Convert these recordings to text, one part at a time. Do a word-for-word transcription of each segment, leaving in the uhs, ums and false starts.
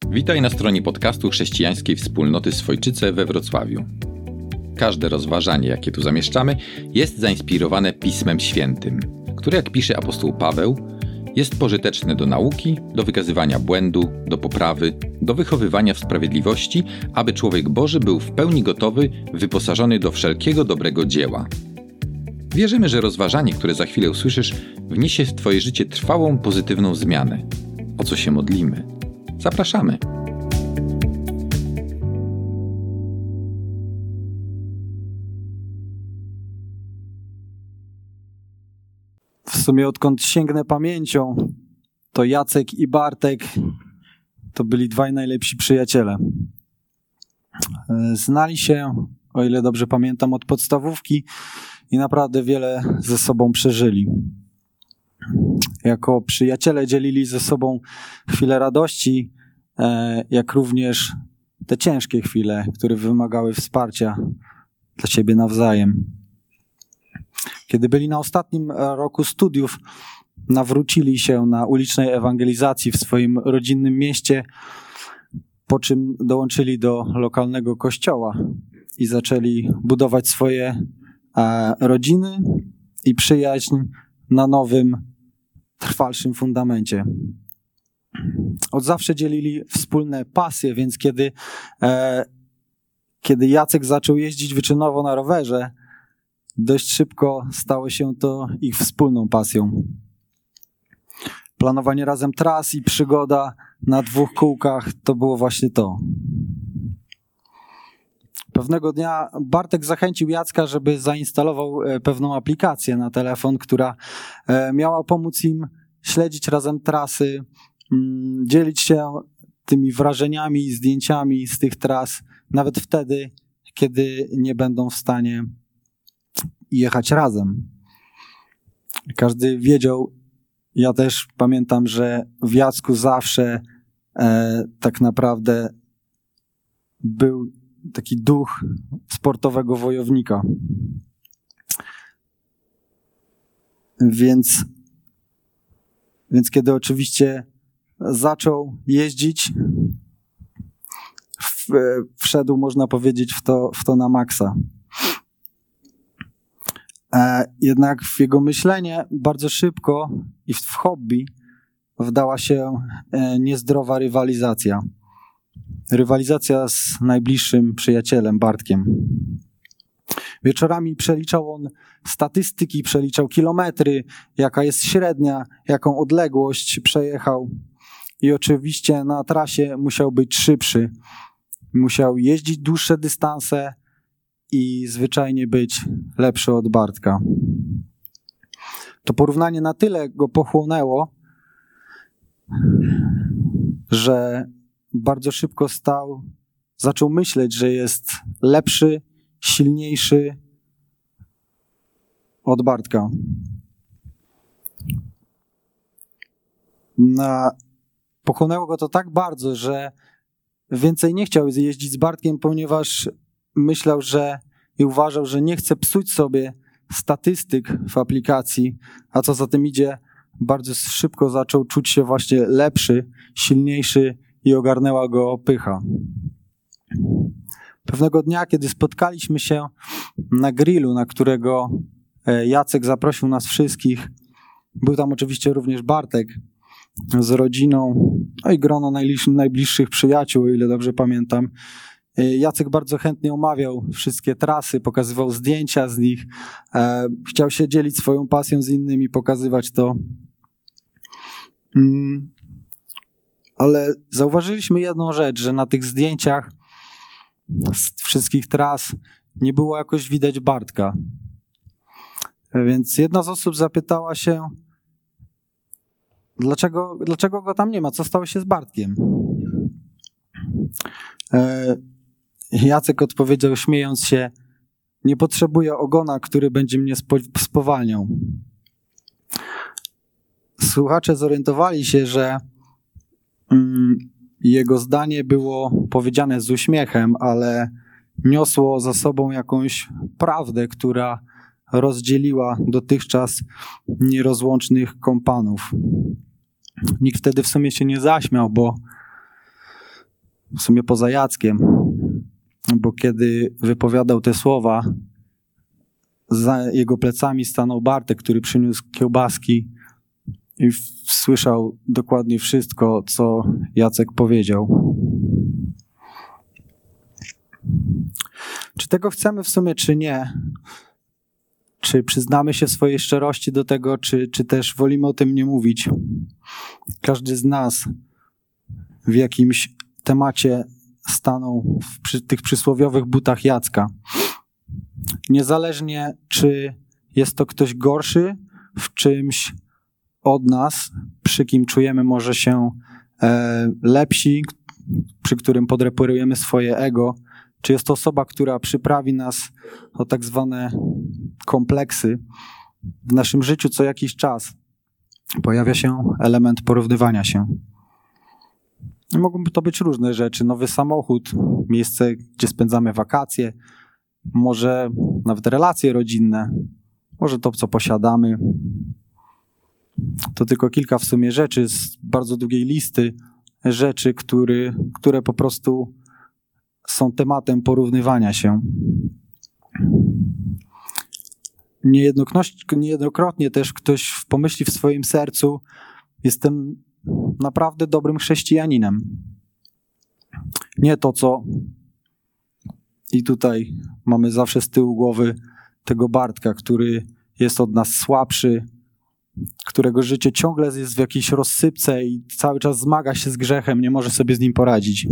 Witaj na stronie podcastu Chrześcijańskiej Wspólnoty Swojczyce we Wrocławiu. Każde rozważanie, jakie tu zamieszczamy, jest zainspirowane Pismem Świętym, które, jak pisze apostoł Paweł, jest pożyteczne do nauki, do wykazywania błędu, do poprawy, do wychowywania w sprawiedliwości, aby człowiek Boży był w pełni gotowy, wyposażony do wszelkiego dobrego dzieła. Wierzymy, że rozważanie, które za chwilę usłyszysz, wniesie w Twoje życie trwałą, pozytywną zmianę, o co się modlimy. Zapraszamy! W sumie odkąd sięgnę pamięcią, to Jacek i Bartek to byli dwaj najlepsi przyjaciele. Znali się, o ile dobrze pamiętam, od podstawówki i naprawdę wiele ze sobą przeżyli. Jako przyjaciele dzielili ze sobą chwile radości, jak również te ciężkie chwile, które wymagały wsparcia dla siebie nawzajem. Kiedy byli na ostatnim roku studiów, nawrócili się na ulicznej ewangelizacji w swoim rodzinnym mieście, po czym dołączyli do lokalnego kościoła i zaczęli budować swoje rodziny i przyjaźń na nowym, trwalszym fundamencie. Od zawsze dzielili wspólne pasje, więc kiedy, e, kiedy Jacek zaczął jeździć wyczynowo na rowerze, dość szybko stało się to ich wspólną pasją. Planowanie razem tras i przygoda na dwóch kółkach to było właśnie to. Pewnego dnia Bartek zachęcił Jacka, żeby zainstalował pewną aplikację na telefon, która miała pomóc im śledzić razem trasy, dzielić się tymi wrażeniami i zdjęciami z tych tras, nawet wtedy, kiedy nie będą w stanie jechać razem. Każdy wiedział, ja też pamiętam, że w Jacku zawsze e, tak naprawdę był taki duch sportowego wojownika. Więc, więc kiedy oczywiście zaczął jeździć, w, wszedł, można powiedzieć, w to, w to na maksa. Jednak w jego myślenie bardzo szybko i w hobby wdała się niezdrowa rywalizacja. Rywalizacja z najbliższym przyjacielem Bartkiem. Wieczorami przeliczał on statystyki, przeliczał kilometry, jaka jest średnia, jaką odległość przejechał. I oczywiście na trasie musiał być szybszy. Musiał jeździć dłuższe dystanse i zwyczajnie być lepszy od Bartka. To porównanie na tyle go pochłonęło, że bardzo szybko stał, zaczął myśleć, że jest lepszy, silniejszy od Bartka. Na, pochłonęło go to tak bardzo, że więcej nie chciał jeździć z Bartkiem, ponieważ myślał, że i uważał, że nie chce psuć sobie statystyk w aplikacji, a co za tym idzie, bardzo szybko zaczął czuć się właśnie lepszy, silniejszy i ogarnęła go pycha. Pewnego dnia, kiedy spotkaliśmy się na grillu, na którego Jacek zaprosił nas wszystkich, był tam oczywiście również Bartek z rodziną, no i grono najbliższych przyjaciół, o ile dobrze pamiętam. Jacek bardzo chętnie omawiał wszystkie trasy, pokazywał zdjęcia z nich, e, chciał się dzielić swoją pasją z innymi, pokazywać to. Mm, ale zauważyliśmy jedną rzecz, że na tych zdjęciach z wszystkich tras nie było jakoś widać Bartka. Więc jedna z osób zapytała się, dlaczego, dlaczego go tam nie ma, co stało się z Bartkiem? E, Jacek odpowiedział, śmiejąc się, nie potrzebuję ogona, który będzie mnie spo- spowalniał. Słuchacze zorientowali się, że mm, jego zdanie było powiedziane z uśmiechem, ale niosło za sobą jakąś prawdę, która rozdzieliła dotychczas nierozłącznych kompanów. Nikt wtedy w sumie się nie zaśmiał, bo w sumie poza Jackiem, bo kiedy wypowiadał te słowa, za jego plecami stanął Bartek, który przyniósł kiełbaski i słyszał dokładnie wszystko, co Jacek powiedział. Czy tego chcemy w sumie, czy nie? Czy przyznamy się swojej szczerości do tego, czy, czy też wolimy o tym nie mówić? Każdy z nas w jakimś temacie stanął w przy tych przysłowiowych butach Jacka. Niezależnie, czy jest to ktoś gorszy w czymś od nas, przy kim czujemy może się e, lepsi, przy którym podreperujemy swoje ego, czy jest to osoba, która przyprawi nas o tak zwane kompleksy. W naszym życiu co jakiś czas pojawia się element porównywania się. Mogą to być różne rzeczy. Nowy samochód, miejsce, gdzie spędzamy wakacje, może nawet relacje rodzinne, może to, co posiadamy. To tylko kilka w sumie rzeczy z bardzo długiej listy rzeczy, który, które po prostu są tematem porównywania się. Niejednokrotnie też ktoś pomyśli w swoim sercu: jestem naprawdę dobrym chrześcijaninem. Nie to, co... I tutaj mamy zawsze z tyłu głowy tego Bartka, który jest od nas słabszy, którego życie ciągle jest w jakiejś rozsypce i cały czas zmaga się z grzechem, nie może sobie z nim poradzić.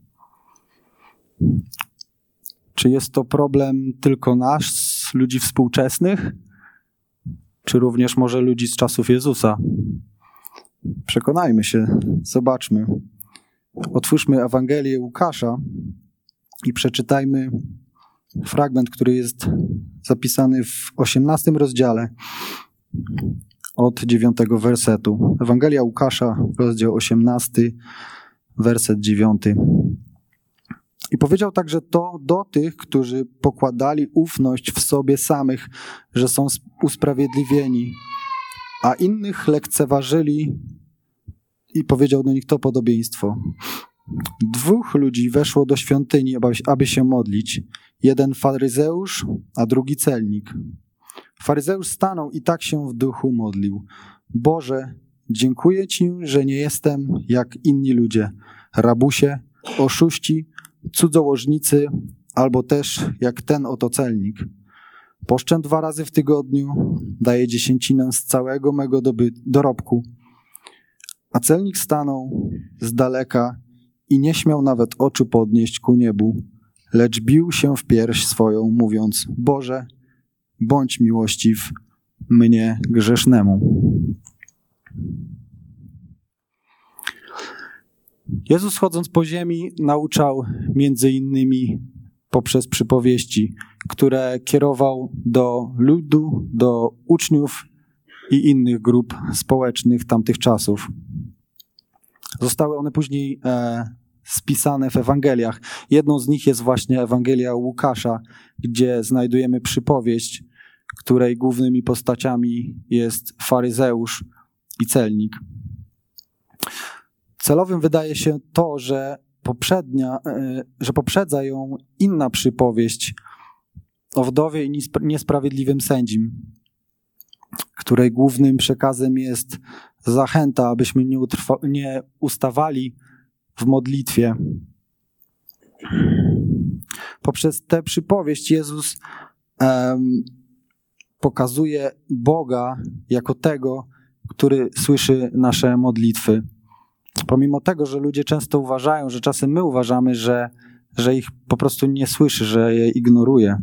Czy jest to problem tylko nasz, ludzi współczesnych, czy również może ludzi z czasów Jezusa? Przekonajmy się, zobaczmy. Otwórzmy Ewangelię Łukasza i przeczytajmy fragment, który jest zapisany w osiemnastym rozdziale od dziewiątego wersetu. Ewangelia Łukasza, rozdział osiemnasty, werset dziewiąty. I powiedział także to do tych, którzy pokładali ufność w sobie samych, że są usprawiedliwieni, a innych lekceważyli, i powiedział do nich to podobieństwo. Dwóch ludzi weszło do świątyni, aby się modlić. Jeden faryzeusz, a drugi celnik. Faryzeusz stanął i tak się w duchu modlił. Boże, dziękuję Ci, że nie jestem jak inni ludzie, rabusie, oszuści, cudzołożnicy, albo też jak ten oto celnik. Poszczę dwa razy w tygodniu, daję dziesięcinę z całego mego doby- dorobku. A celnik stanął z daleka i nie śmiał nawet oczu podnieść ku niebu, lecz bił się w pierś swoją, mówiąc: Boże, bądź miłościw mnie grzesznemu. Jezus, chodząc po ziemi, nauczał między innymi poprzez przypowieści, które kierował do ludu, do uczniów i innych grup społecznych tamtych czasów. Zostały one później e, spisane w Ewangeliach. Jedną z nich jest właśnie Ewangelia Łukasza, gdzie znajdujemy przypowieść, której głównymi postaciami jest faryzeusz i celnik. Celowym wydaje się to, że, poprzednia, e, że poprzedza ją inna przypowieść o wdowie i niesprawiedliwym sędzim, której głównym przekazem jest zachęta, abyśmy nie, utrwa- nie ustawali w modlitwie. Poprzez tę przypowieść Jezus um, pokazuje Boga jako tego, który słyszy nasze modlitwy. Pomimo tego, że ludzie często uważają, że czasem my uważamy, że, że ich po prostu nie słyszy, że je ignoruje.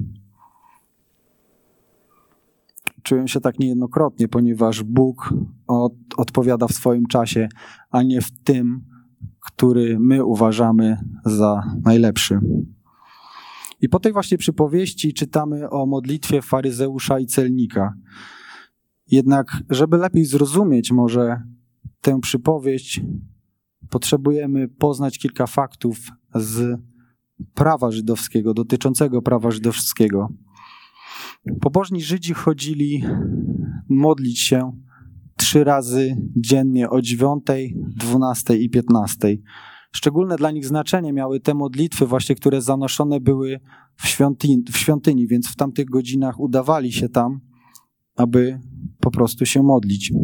Czuję się tak niejednokrotnie, ponieważ Bóg od, odpowiada w swoim czasie, a nie w tym, który my uważamy za najlepszy. I po tej właśnie przypowieści czytamy o modlitwie faryzeusza i celnika. Jednak, żeby lepiej zrozumieć może tę przypowieść, potrzebujemy poznać kilka faktów z prawa żydowskiego, dotyczącego prawa żydowskiego. Pobożni Żydzi chodzili modlić się trzy razy dziennie o dziewiątej, dwunastej i piętnastej. Szczególne dla nich znaczenie miały te modlitwy właśnie, które zanoszone były w świątyni, w świątyni, więc w tamtych godzinach udawali się tam, aby po prostu się modlić.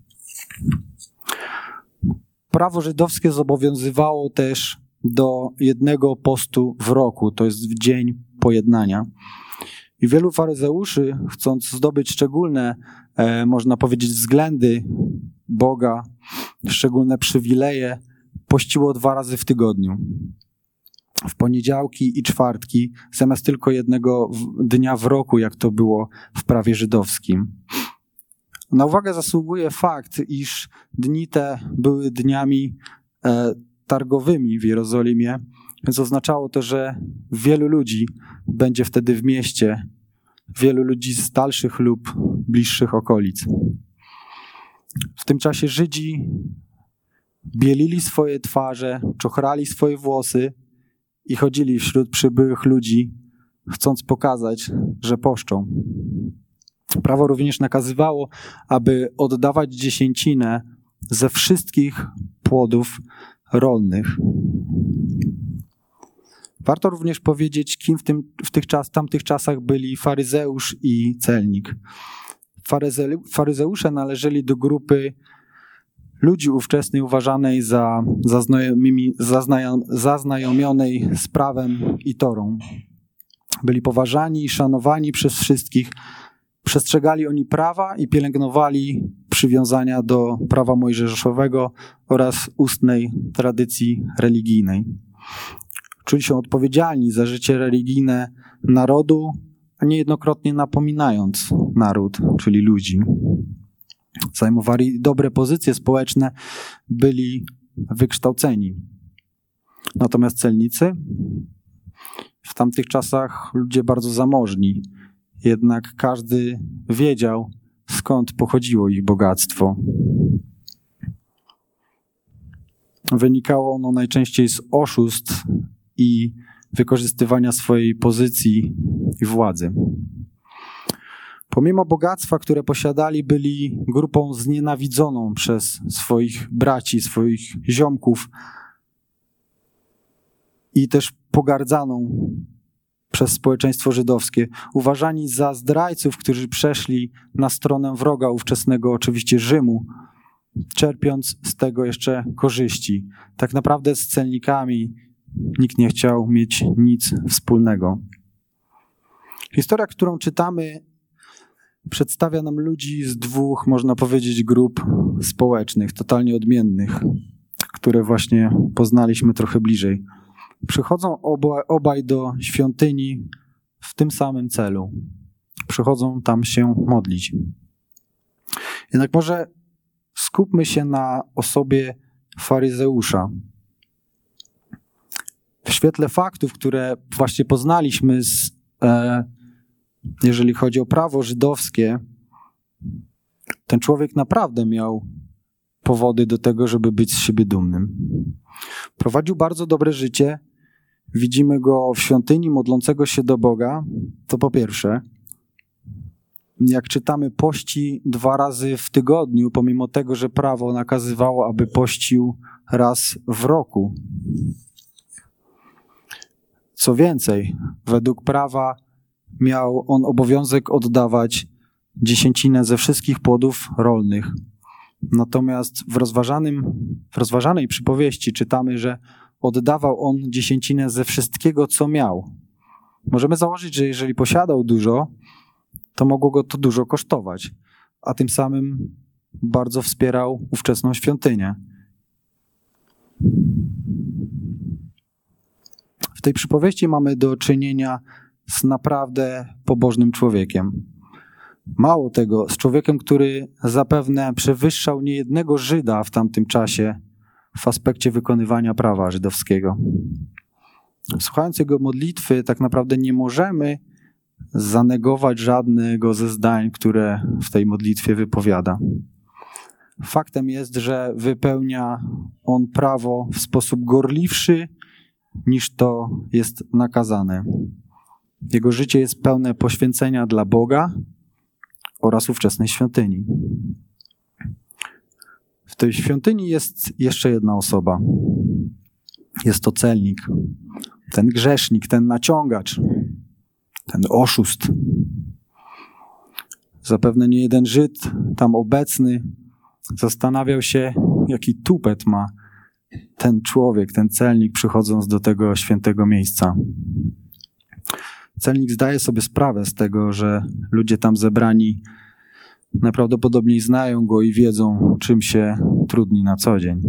Prawo żydowskie zobowiązywało też do jednego postu w roku, to jest w dzień pojednania. I wielu faryzeuszy, chcąc zdobyć szczególne, e, można powiedzieć, względy Boga, szczególne przywileje, pościło dwa razy w tygodniu. W poniedziałki i czwartki, zamiast tylko jednego dnia w roku, jak to było w prawie żydowskim. Na uwagę zasługuje fakt, iż dni te były dniami e, targowymi w Jerozolimie, więc oznaczało to, że wielu ludzi będzie wtedy w mieście, wielu ludzi z dalszych lub bliższych okolic. W tym czasie Żydzi bielili swoje twarze, czochrali swoje włosy i chodzili wśród przybyłych ludzi, chcąc pokazać, że poszczą. Prawo również nakazywało, aby oddawać dziesięcinę ze wszystkich płodów rolnych. Warto również powiedzieć, kim w, tym, w tych czas, tamtych czasach byli faryzeusz i celnik. Faryze, faryzeusze należeli do grupy ludzi ówczesnej uważanej za zaznajomionej z prawem i Torą. Byli poważani i szanowani przez wszystkich. Przestrzegali oni prawa i pielęgnowali przywiązania do prawa mojżeszowego oraz ustnej tradycji religijnej. Czuli się odpowiedzialni za życie religijne narodu, a niejednokrotnie napominając naród, czyli ludzi. Zajmowali dobre pozycje społeczne, byli wykształceni. Natomiast celnicy, w tamtych czasach ludzie bardzo zamożni, jednak każdy wiedział, skąd pochodziło ich bogactwo. Wynikało ono najczęściej z oszustw i wykorzystywania swojej pozycji i władzy. Pomimo bogactwa, które posiadali, byli grupą znienawidzoną przez swoich braci, swoich ziomków i też pogardzaną przez społeczeństwo żydowskie, uważani za zdrajców, którzy przeszli na stronę wroga ówczesnego, oczywiście Rzymu, czerpiąc z tego jeszcze korzyści. Tak naprawdę z celnikami nikt nie chciał mieć nic wspólnego. Historia, którą czytamy, przedstawia nam ludzi z dwóch, można powiedzieć, grup społecznych, totalnie odmiennych, które właśnie poznaliśmy trochę bliżej. Przychodzą oba, obaj do świątyni w tym samym celu. Przychodzą tam się modlić. Jednak może skupmy się na osobie faryzeusza. W świetle faktów, które właśnie poznaliśmy, z, e, jeżeli chodzi o prawo żydowskie, ten człowiek naprawdę miał powody do tego, żeby być z siebie dumnym. Prowadził bardzo dobre życie. Widzimy go w świątyni modlącego się do Boga. To po pierwsze. Jak czytamy, pości dwa razy w tygodniu, pomimo tego, że prawo nakazywało, aby pościł raz w roku. Co więcej, według prawa miał on obowiązek oddawać dziesięcinę ze wszystkich płodów rolnych. Natomiast w, rozważanym, w rozważanej przypowieści czytamy, że oddawał on dziesięcinę ze wszystkiego, co miał. Możemy założyć, że jeżeli posiadał dużo, to mogło go to dużo kosztować, a tym samym bardzo wspierał ówczesną świątynię. W tej przypowieści mamy do czynienia z naprawdę pobożnym człowiekiem. Mało tego, z człowiekiem, który zapewne przewyższał niejednego Żyda w tamtym czasie w aspekcie wykonywania prawa żydowskiego. Słuchając jego modlitwy, tak naprawdę nie możemy zanegować żadnego ze zdań, które w tej modlitwie wypowiada. Faktem jest, że wypełnia on prawo w sposób gorliwszy, niż to jest nakazane. Jego życie jest pełne poświęcenia dla Boga oraz ówczesnej świątyni. W tej świątyni jest jeszcze jedna osoba. Jest to celnik, ten grzesznik, ten naciągacz, ten oszust. Zapewne nie jeden Żyd tam obecny zastanawiał się, jaki tupet ma ten człowiek, ten celnik, przychodząc do tego świętego miejsca. Celnik zdaje sobie sprawę z tego, że ludzie tam zebrani najprawdopodobniej znają go i wiedzą, czym się trudni na co dzień.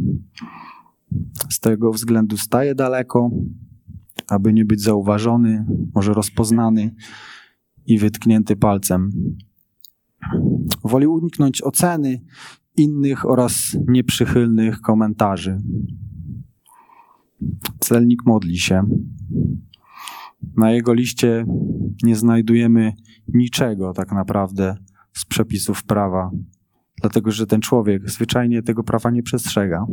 Z tego względu staje daleko, aby nie być zauważony, może rozpoznany i wytknięty palcem. Woli uniknąć oceny innych oraz nieprzychylnych komentarzy. Celnik modli się. Na jego liście nie znajdujemy niczego tak naprawdę z przepisów prawa, dlatego że ten człowiek zwyczajnie tego prawa nie przestrzega.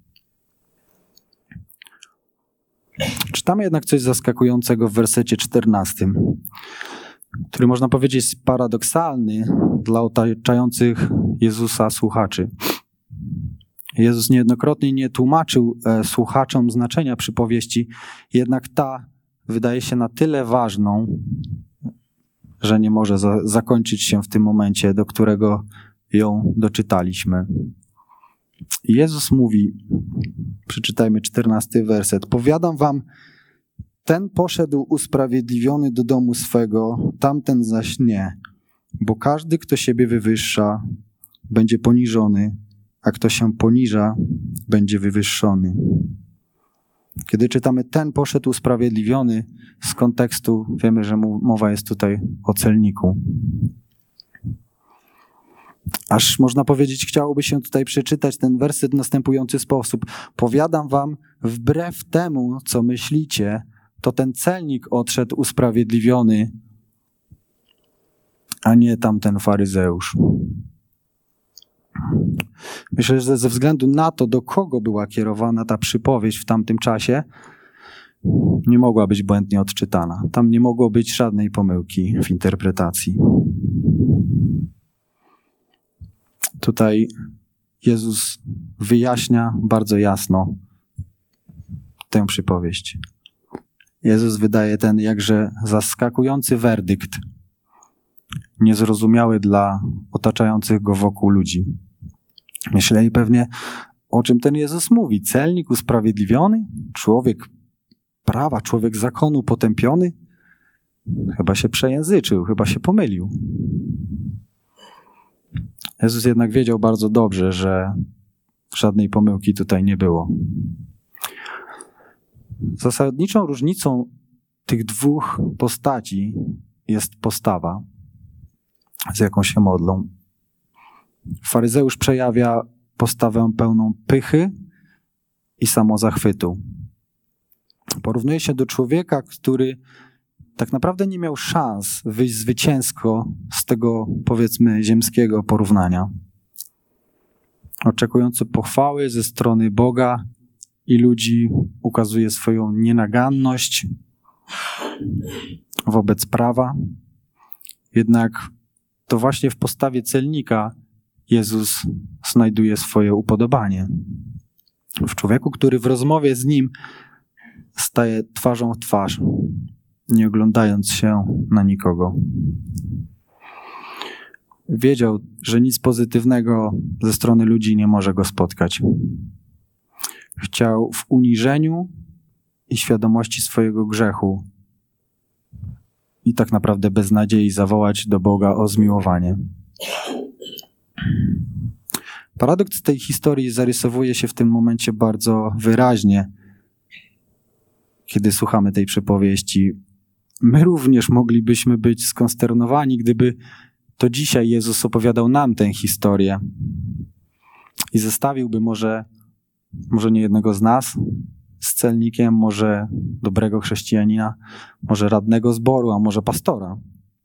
Czytamy jednak coś zaskakującego w wersecie czternastym, który można powiedzieć jest paradoksalny dla otaczających Jezusa słuchaczy. Jezus niejednokrotnie nie tłumaczył e, słuchaczom znaczenia przypowieści, jednak ta wydaje się na tyle ważną, że nie może za- zakończyć się w tym momencie, do którego ją doczytaliśmy. Jezus mówi, przeczytajmy czternasty werset, powiadam wam, ten poszedł usprawiedliwiony do domu swego, tamten zaś nie, bo każdy, kto siebie wywyższa, będzie poniżony, a kto się poniża, będzie wywyższony. Kiedy czytamy ten poszedł usprawiedliwiony, z kontekstu wiemy, że mowa jest tutaj o celniku. Aż można powiedzieć, chciałoby się tutaj przeczytać ten werset w następujący sposób. Powiadam wam, wbrew temu, co myślicie, to ten celnik odszedł usprawiedliwiony, a nie tamten faryzeusz. Myślę, że ze względu na to, do kogo była kierowana ta przypowieść w tamtym czasie, nie mogła być błędnie odczytana. Tam nie mogło być żadnej pomyłki w interpretacji. Tutaj Jezus wyjaśnia bardzo jasno tę przypowieść. Jezus wydaje ten jakże zaskakujący werdykt, niezrozumiały dla otaczających go wokół ludzi. Myśleli pewnie, o czym ten Jezus mówi. Celnik usprawiedliwiony? Człowiek prawa, człowiek zakonu potępiony? Chyba się przejęzyczył, chyba się pomylił. Jezus jednak wiedział bardzo dobrze, że żadnej pomyłki tutaj nie było. Zasadniczą różnicą tych dwóch postaci jest postawa, z jaką się modlą. Faryzeusz przejawia postawę pełną pychy i samozachwytu. Porównuje się do człowieka, który tak naprawdę nie miał szans wyjść zwycięsko z tego, powiedzmy, ziemskiego porównania. Oczekujący pochwały ze strony Boga i ludzi ukazuje swoją nienaganność wobec prawa. Jednak to właśnie w postawie celnika Jezus znajduje swoje upodobanie. W człowieku, który w rozmowie z Nim staje twarzą w twarz, nie oglądając się na nikogo. Wiedział, że nic pozytywnego ze strony ludzi nie może go spotkać. Chciał w uniżeniu i świadomości swojego grzechu i tak naprawdę bez nadziei zawołać do Boga o zmiłowanie. Paradoks tej historii zarysowuje się w tym momencie bardzo wyraźnie, kiedy słuchamy tej przypowieści. My również moglibyśmy być skonsternowani, gdyby to dzisiaj Jezus opowiadał nam tę historię i zestawiłby może, może nie jednego z nas z celnikiem, może dobrego chrześcijanina, może radnego zboru, a może pastora.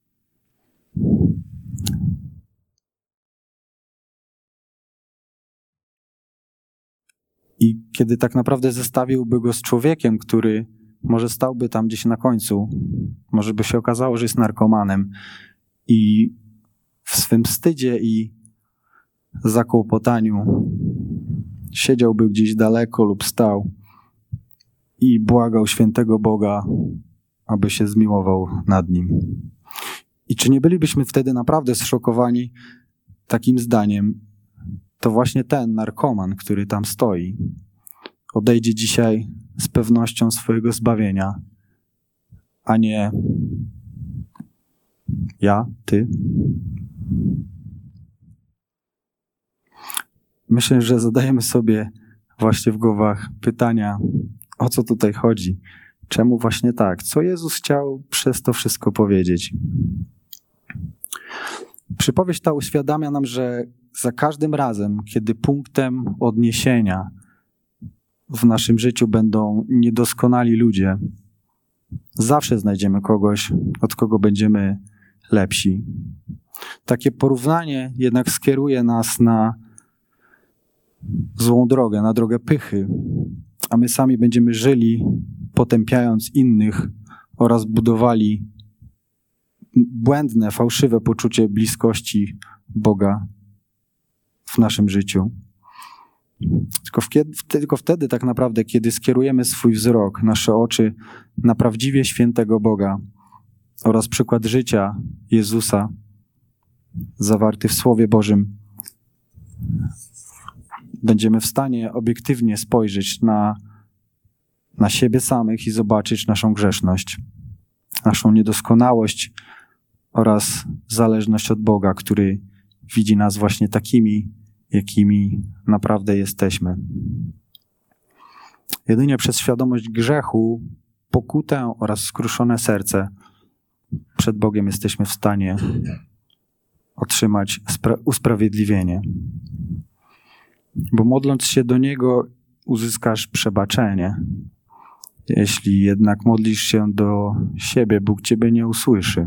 I kiedy tak naprawdę zestawiłby go z człowiekiem, który może stałby tam gdzieś na końcu, może by się okazało, że jest narkomanem i w swym wstydzie i zakłopotaniu siedziałby gdzieś daleko lub stał i błagał świętego Boga, aby się zmiłował nad nim. I czy nie bylibyśmy wtedy naprawdę zszokowani takim zdaniem? To właśnie ten narkoman, który tam stoi, odejdzie dzisiaj z pewnością swojego zbawienia, a nie ja, ty. Myślę, że zadajemy sobie właśnie w głowach pytania, o co tutaj chodzi. Czemu właśnie tak? Co Jezus chciał przez to wszystko powiedzieć? Przypowieść ta uświadamia nam, że za każdym razem, kiedy punktem odniesienia w naszym życiu będą niedoskonali ludzie, zawsze znajdziemy kogoś, od kogo będziemy lepsi. Takie porównanie jednak skieruje nas na złą drogę, na drogę pychy, a my sami będziemy żyli, potępiając innych oraz budowali błędne, fałszywe poczucie bliskości Boga w naszym życiu. Tylko, w, tylko wtedy tak naprawdę, kiedy skierujemy swój wzrok, nasze oczy na prawdziwie świętego Boga oraz przykład życia Jezusa zawarty w Słowie Bożym, będziemy w stanie obiektywnie spojrzeć na, na siebie samych i zobaczyć naszą grzeszność, naszą niedoskonałość oraz zależność od Boga, który widzi nas właśnie takimi, jakimi naprawdę jesteśmy. Jedynie przez świadomość grzechu, pokutę oraz skruszone serce przed Bogiem jesteśmy w stanie otrzymać spra- usprawiedliwienie. Bo modląc się do Niego, uzyskasz przebaczenie. Jeśli jednak modlisz się do siebie, Bóg ciebie nie usłyszy.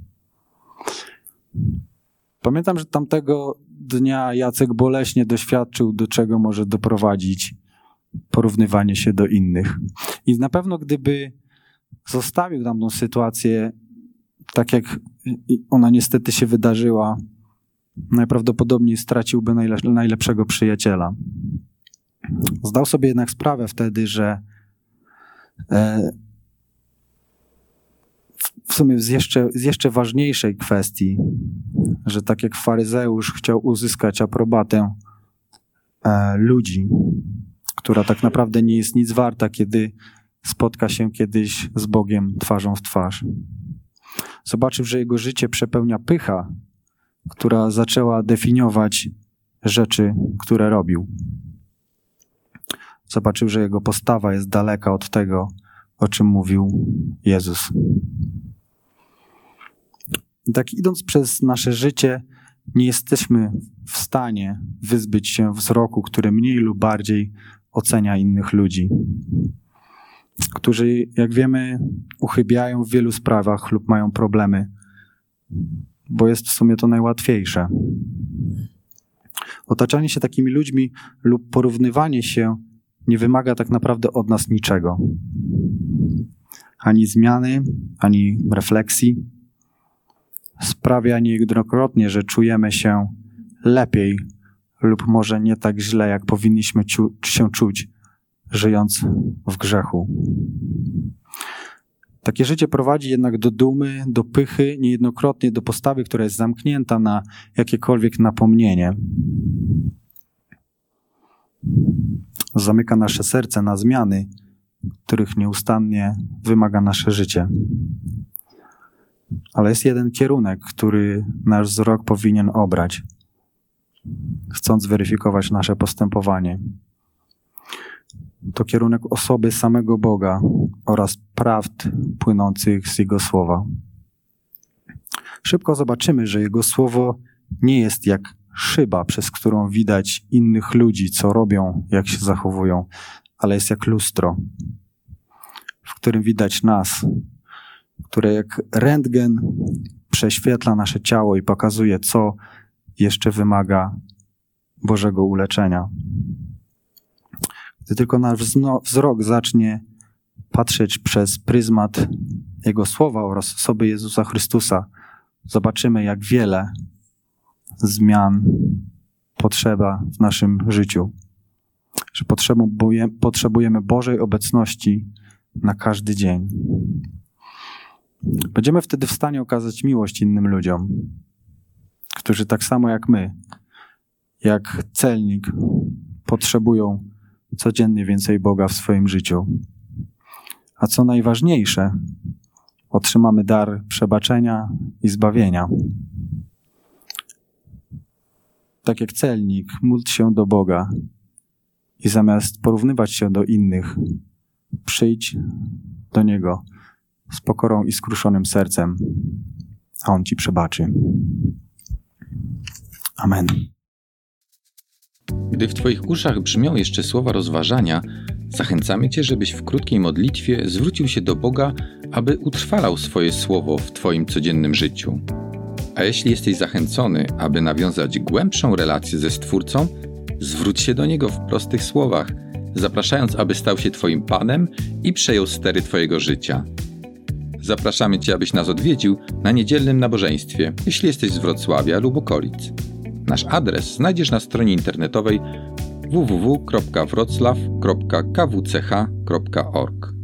Pamiętam, że tamtego dnia Jacek boleśnie doświadczył, do czego może doprowadzić porównywanie się do innych. I na pewno gdyby zostawił tamtą sytuację tak, jak ona niestety się wydarzyła, najprawdopodobniej straciłby najle- najlepszego przyjaciela. Zdał sobie jednak sprawę wtedy, że e, w sumie z jeszcze, z jeszcze ważniejszej kwestii, że tak jak faryzeusz chciał uzyskać aprobatę e, ludzi, która tak naprawdę nie jest nic warta, kiedy spotka się kiedyś z Bogiem twarzą w twarz. Zobaczył, że jego życie przepełnia pycha, która zaczęła definiować rzeczy, które robił. Zobaczył, że jego postawa jest daleka od tego, o czym mówił Jezus. I tak idąc przez nasze życie, nie jesteśmy w stanie wyzbyć się wzroku, który mniej lub bardziej ocenia innych ludzi, którzy, jak wiemy, uchybiają w wielu sprawach lub mają problemy, bo jest w sumie to najłatwiejsze. Otaczanie się takimi ludźmi lub porównywanie się nie wymaga tak naprawdę od nas niczego. Ani zmiany, ani refleksji. Sprawia niejednokrotnie, że czujemy się lepiej lub może nie tak źle, jak powinniśmy ciu- się czuć, żyjąc w grzechu. Takie życie prowadzi jednak do dumy, do pychy, niejednokrotnie do postawy, która jest zamknięta na jakiekolwiek napomnienie. Zamyka nasze serce na zmiany, których nieustannie wymaga nasze życie. Ale jest jeden kierunek, który nasz wzrok powinien obrać, chcąc zweryfikować nasze postępowanie. To kierunek osoby samego Boga oraz prawd płynących z Jego słowa. Szybko zobaczymy, że Jego słowo nie jest jak szyba, przez którą widać innych ludzi, co robią, jak się zachowują, ale jest jak lustro, w którym widać nas, które jak rentgen prześwietla nasze ciało i pokazuje, co jeszcze wymaga Bożego uleczenia. Gdy tylko nasz wzrok zacznie patrzeć przez pryzmat Jego słowa oraz osoby Jezusa Chrystusa, zobaczymy, jak wiele zmian potrzeba w naszym życiu. Że potrzebujemy Bożej obecności na każdy dzień. Będziemy wtedy w stanie okazać miłość innym ludziom, którzy tak samo jak my, jak celnik, potrzebują codziennie więcej Boga w swoim życiu. A co najważniejsze, otrzymamy dar przebaczenia i zbawienia. Tak jak celnik, módl się do Boga i zamiast porównywać się do innych, przyjdź do Niego z pokorą i skruszonym sercem, a On ci przebaczy. Amen. Gdy w Twoich uszach brzmią jeszcze słowa rozważania, zachęcamy Cię, żebyś w krótkiej modlitwie zwrócił się do Boga, aby utrwalał swoje słowo w Twoim codziennym życiu. A jeśli jesteś zachęcony, aby nawiązać głębszą relację ze Stwórcą, zwróć się do Niego w prostych słowach, zapraszając, aby stał się Twoim Panem i przejął stery Twojego życia. Zapraszamy Cię, abyś nas odwiedził na niedzielnym nabożeństwie, jeśli jesteś z Wrocławia lub okolic. Nasz adres znajdziesz na stronie internetowej w w w kropka wroclaw kropka k w c h kropka org.